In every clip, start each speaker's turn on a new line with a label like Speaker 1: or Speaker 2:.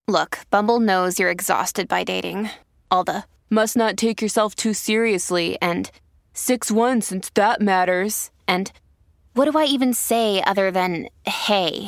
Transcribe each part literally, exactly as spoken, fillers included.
Speaker 1: Look, Bumble knows you're exhausted by dating. All the must not take yourself too seriously and six one since that matters. And what do I even say other than hey?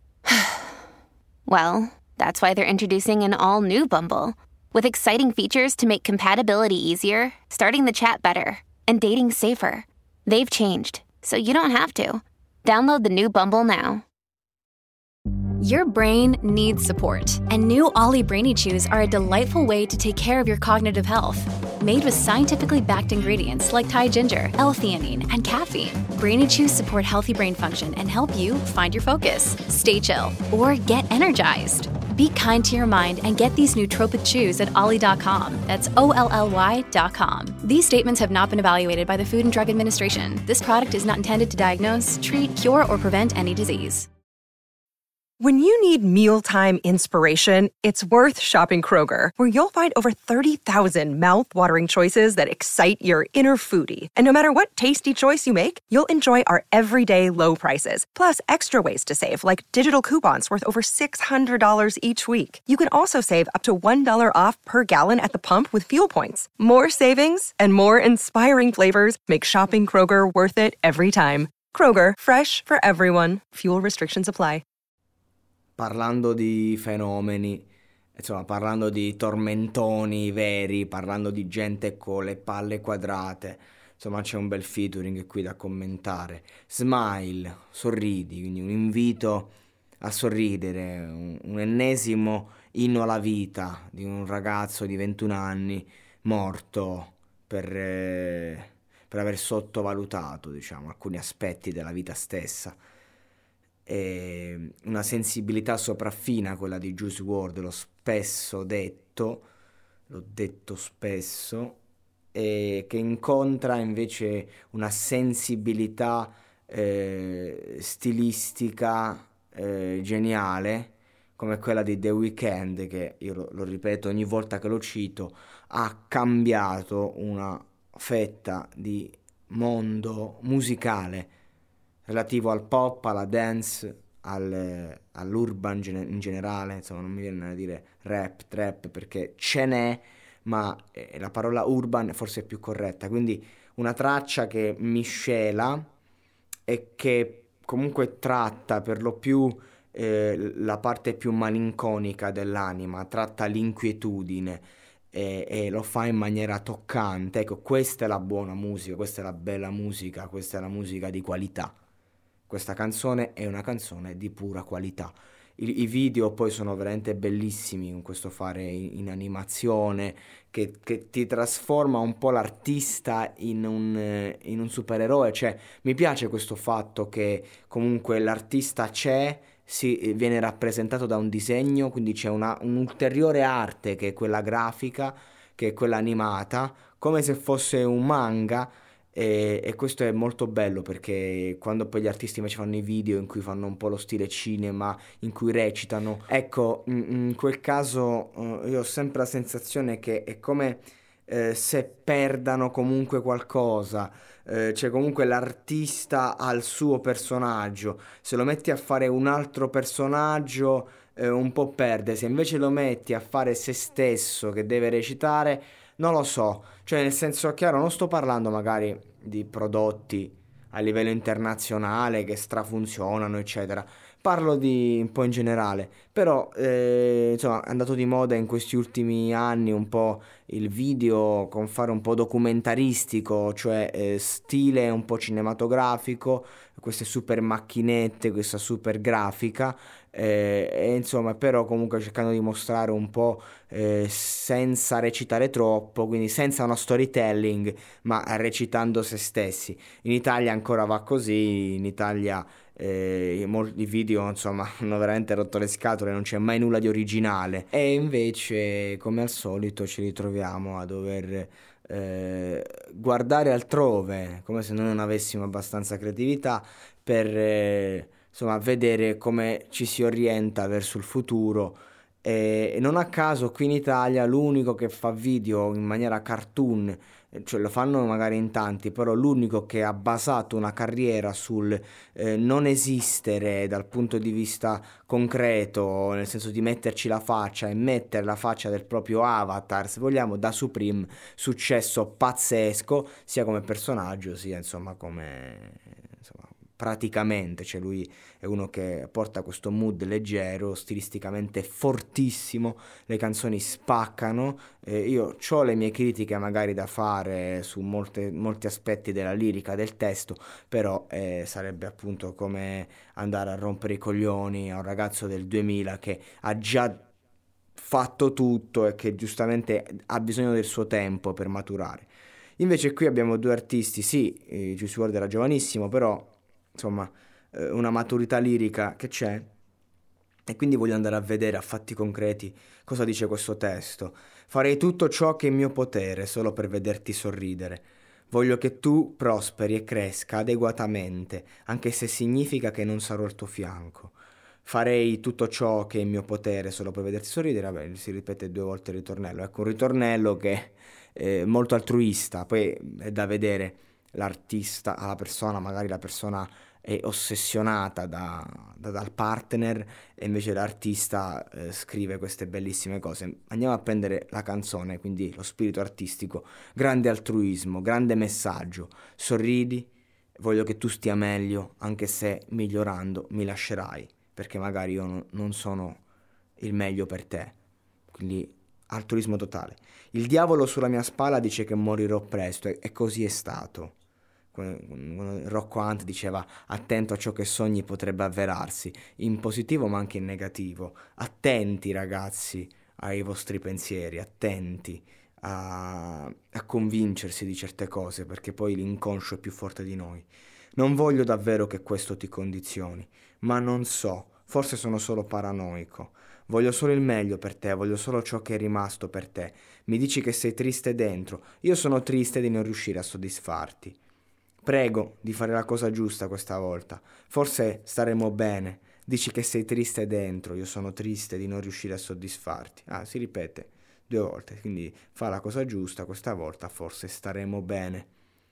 Speaker 1: Well, that's why they're introducing an all-new Bumble with exciting features to make compatibility easier, starting the chat better, and dating safer. They've changed, so you don't have to. Download the new Bumble now.
Speaker 2: Your brain needs support, and new Ollie Brainy Chews are a delightful way to take care of your cognitive health. Made with scientifically backed ingredients like Thai ginger, L-theanine, and caffeine, Brainy Chews support healthy brain function and help you find your focus, stay chill, or get energized. Be kind to your mind and get these nootropic chews at ollie dot com. That's O L L Y dot com. These statements have not been evaluated by the Food and Drug Administration. This product is not intended to diagnose, treat, cure, or prevent any disease.
Speaker 3: When you need mealtime inspiration, it's worth shopping Kroger, where you'll find over thirty thousand mouth-watering choices that excite your inner foodie. And no matter what tasty choice you make, you'll enjoy our everyday low prices, plus extra ways to save, like digital coupons worth over six hundred dollars each week. You can also save up to one dollar off per gallon at the pump with fuel points. More savings and more inspiring flavors make shopping Kroger worth it every time. Kroger, fresh for everyone. Fuel restrictions apply.
Speaker 4: Parlando di fenomeni, insomma, parlando di tormentoni veri, parlando di gente con le palle quadrate, insomma, c'è un bel featuring qui da commentare. Smile, sorridi, quindi un invito a sorridere, un, un ennesimo inno alla vita di un ragazzo di ventuno anni morto per, eh, per aver sottovalutato, diciamo, alcuni aspetti della vita stessa. E una sensibilità sopraffina, quella di Juice world, l'ho spesso detto, l'ho detto spesso, e che incontra invece una sensibilità eh, stilistica eh, geniale, come quella di The Weeknd, che io lo, lo ripeto ogni volta che lo cito, ha cambiato una fetta di mondo musicale relativo al pop, alla dance, al, all'urban in generale, insomma non mi viene a dire rap, trap, perché ce n'è, ma eh, la parola urban forse è più corretta, quindi una traccia che miscela e che comunque tratta per lo più eh, la parte più malinconica dell'anima, tratta l'inquietudine e, e lo fa in maniera toccante. Ecco, questa è la buona musica, questa è la bella musica, questa è la musica di qualità. Questa canzone è una canzone di pura qualità. I, i video poi sono veramente bellissimi, con questo fare in, in animazione che, che ti trasforma un po' l'artista in un, in un supereroe. Cioè, mi piace questo fatto che comunque l'artista c'è, si viene rappresentato da un disegno, quindi c'è una, un'ulteriore arte che è quella grafica, che è quella animata, come se fosse un manga. E, e questo è molto bello, perché quando poi gli artisti invece fanno i video in cui fanno un po' lo stile cinema, in cui recitano, ecco, in, in quel caso uh, io ho sempre la sensazione che è come eh, se perdano comunque qualcosa, eh, cioè comunque l'artista ha il suo personaggio, se lo metti a fare un altro personaggio eh, un po' perde, se invece lo metti a fare se stesso che deve recitare, non lo so, cioè nel senso, chiaro, non sto parlando magari di prodotti a livello internazionale che strafunzionano, eccetera. Parlo di un po' in generale, però eh, insomma è andato di moda in questi ultimi anni un po' il video con fare un po' documentaristico, cioè eh, stile un po' cinematografico, queste super macchinette, questa super grafica, eh, e insomma però comunque cercando di mostrare un po' eh, senza recitare troppo, quindi senza uno storytelling, ma recitando se stessi. In Italia ancora va così, in Italia eh, molti video insomma hanno veramente rotto le scatole, non c'è mai nulla di originale, e invece come al solito ci ritroviamo a dover eh, guardare altrove, come se noi non avessimo abbastanza creatività per eh, insomma vedere come ci si orienta verso il futuro E, e non a caso qui in Italia l'unico che fa video in maniera cartoon, eh, cioè lo fanno magari in tanti, però l'unico che ha basato una carriera sul eh, non esistere dal punto di vista concreto, nel senso di metterci la faccia e mettere la faccia del proprio avatar, se vogliamo, da Supreme, successo pazzesco, sia come personaggio, sia insomma come... insomma, praticamente, cioè lui è uno che porta questo mood leggero, stilisticamente fortissimo, le canzoni spaccano, eh, io ho le mie critiche magari da fare su molte, molti aspetti della lirica, del testo, però eh, sarebbe appunto come andare a rompere i coglioni a un ragazzo del duemila che ha già fatto tutto e che giustamente ha bisogno del suo tempo per maturare. Invece qui abbiamo due artisti, sì, eh, Juice world era giovanissimo, però insomma eh, una maturità lirica che c'è, e quindi voglio andare a vedere a fatti concreti cosa dice questo testo. Farei tutto ciò che è in mio potere solo per vederti sorridere. Voglio che tu prosperi e cresca adeguatamente, anche se significa che non sarò al tuo fianco. Farei tutto ciò che è in mio potere solo per vederti sorridere. Vabbè, si ripete due volte il ritornello. Ecco, un ritornello che è molto altruista, poi è da vedere l'artista alla persona, magari la persona è ossessionata da, da- dal partner e invece l'artista eh, scrive queste bellissime cose. Andiamo a prendere la canzone, quindi lo spirito artistico, grande altruismo, grande messaggio, sorridi, voglio che tu stia meglio, anche se migliorando mi lascerai, perché magari io no- non sono il meglio per te, quindi altruismo totale. Il diavolo sulla mia spalla dice che morirò presto e, e così è stato. Quando Rocco Hunt diceva attento a ciò che sogni potrebbe avverarsi, in positivo ma anche in negativo. Attenti ragazzi ai vostri pensieri, attenti a, a convincersi di certe cose, perché poi l'inconscio è più forte di noi. Non voglio davvero che questo ti condizioni, ma non so, forse sono solo paranoico. Voglio solo il meglio per te, voglio solo ciò che è rimasto per te. Mi dici che sei triste dentro, io sono triste di non riuscire a soddisfarti. Prego di fare la cosa giusta questa volta. Forse staremo bene. Dici che sei triste dentro, io sono triste di non riuscire a soddisfarti. Ah, si ripete due volte, quindi fa la cosa giusta questa volta, forse staremo bene.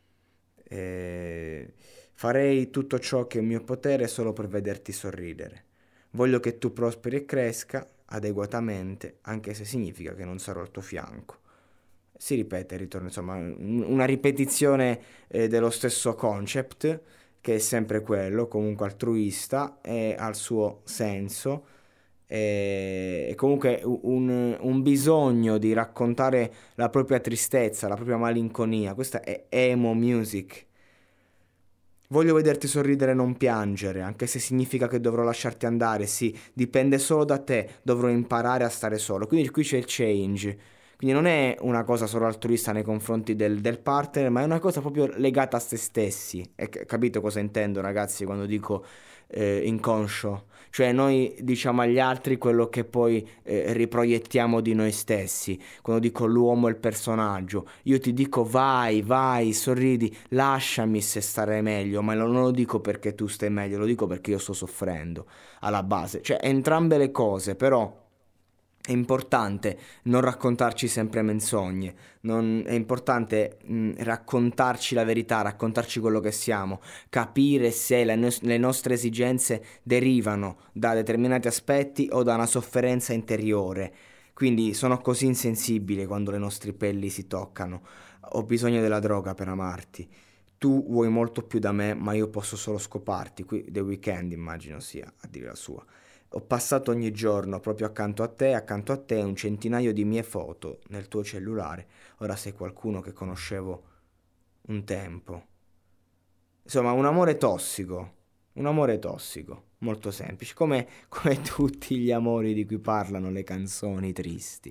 Speaker 4: Eh, farei tutto ciò che è in mio potere solo per vederti sorridere. Voglio che tu prosperi e cresca adeguatamente, anche se significa che non sarò al tuo fianco. Si ripete, ritorna, insomma, un- una ripetizione eh, dello stesso concept, che è sempre quello, comunque altruista, e ha il suo senso, e, e comunque u- un, un bisogno di raccontare la propria tristezza, la propria malinconia. Questa è emo music. Voglio vederti sorridere e non piangere, anche se significa che dovrò lasciarti andare, sì, dipende solo da te, dovrò imparare a stare solo. Quindi qui c'è il change. Quindi non è una cosa solo altruista nei confronti del, del partner, ma è una cosa proprio legata a se stessi. E c- capito cosa intendo, ragazzi, quando dico eh, inconscio? Cioè noi diciamo agli altri quello che poi eh, riproiettiamo di noi stessi. Quando dico l'uomo è il personaggio, io ti dico vai, vai, sorridi, lasciami se stare meglio, ma non lo dico perché tu stai meglio, lo dico perché io sto soffrendo alla base. Cioè entrambe le cose, però è importante non raccontarci sempre menzogne, non- è importante mh, raccontarci la verità, raccontarci quello che siamo, capire se le, nos- le nostre esigenze derivano da determinati aspetti o da una sofferenza interiore. Quindi sono così insensibile quando le nostre pelli si toccano. Ho bisogno della droga per amarti. Tu vuoi molto più da me, ma io posso solo scoparti. Qui The Weeknd immagino sia a dire la sua. Ho passato ogni giorno proprio accanto a te, accanto a te un centinaio di mie foto nel tuo cellulare. Ora sei qualcuno che conoscevo un tempo. Insomma, un amore tossico, un amore tossico, molto semplice, come, come tutti gli amori di cui parlano le canzoni tristi.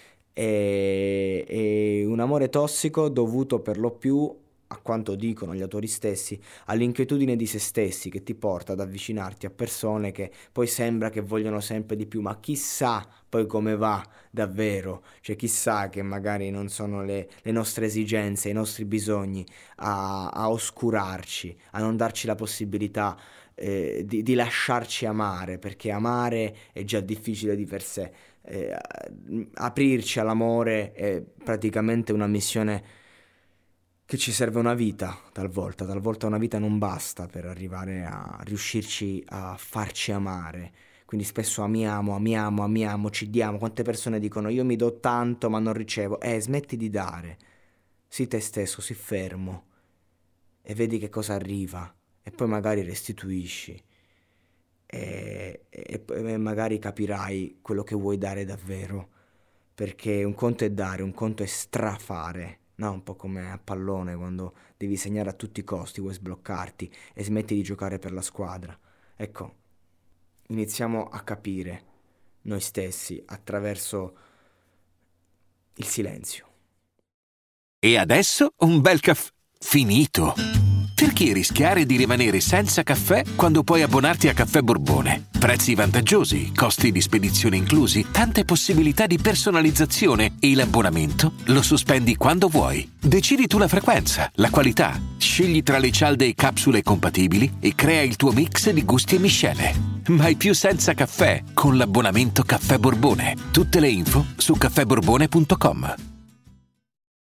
Speaker 4: E, e un amore tossico dovuto per lo più, a quanto dicono gli autori stessi, all'inquietudine di se stessi, che ti porta ad avvicinarti a persone che poi sembra che vogliono sempre di più, ma chissà poi come va davvero, cioè chissà che magari non sono le, le nostre esigenze, i nostri bisogni a, a oscurarci, a non darci la possibilità eh, di, di lasciarci amare, perché amare è già difficile di per sé. Eh, aprirci all'amore è praticamente una missione che ci serve una vita, talvolta, talvolta una vita non basta per arrivare a riuscirci a farci amare. Quindi spesso amiamo, amiamo, amiamo, ci diamo. Quante persone dicono io mi do tanto ma non ricevo. Eh, smetti di dare, sii te stesso, sii fermo e vedi che cosa arriva e poi magari restituisci e, e, e magari capirai quello che vuoi dare davvero, perché un conto è dare, un conto è strafare. No, un po' come a pallone, quando devi segnare a tutti i costi, vuoi sbloccarti e smetti di giocare per la squadra. Ecco, iniziamo a capire noi stessi attraverso il silenzio.
Speaker 5: E adesso un bel caffè finito. Perché rischiare di rimanere senza caffè quando puoi abbonarti a Caffè Borbone? Prezzi vantaggiosi, costi di spedizione inclusi, tante possibilità di personalizzazione e l'abbonamento lo sospendi quando vuoi. Decidi tu la frequenza, la qualità, scegli tra le cialde e capsule compatibili e crea il tuo mix di gusti e miscele. Mai più senza caffè con l'abbonamento Caffè Borbone. Tutte le info su caffè borbone punto com.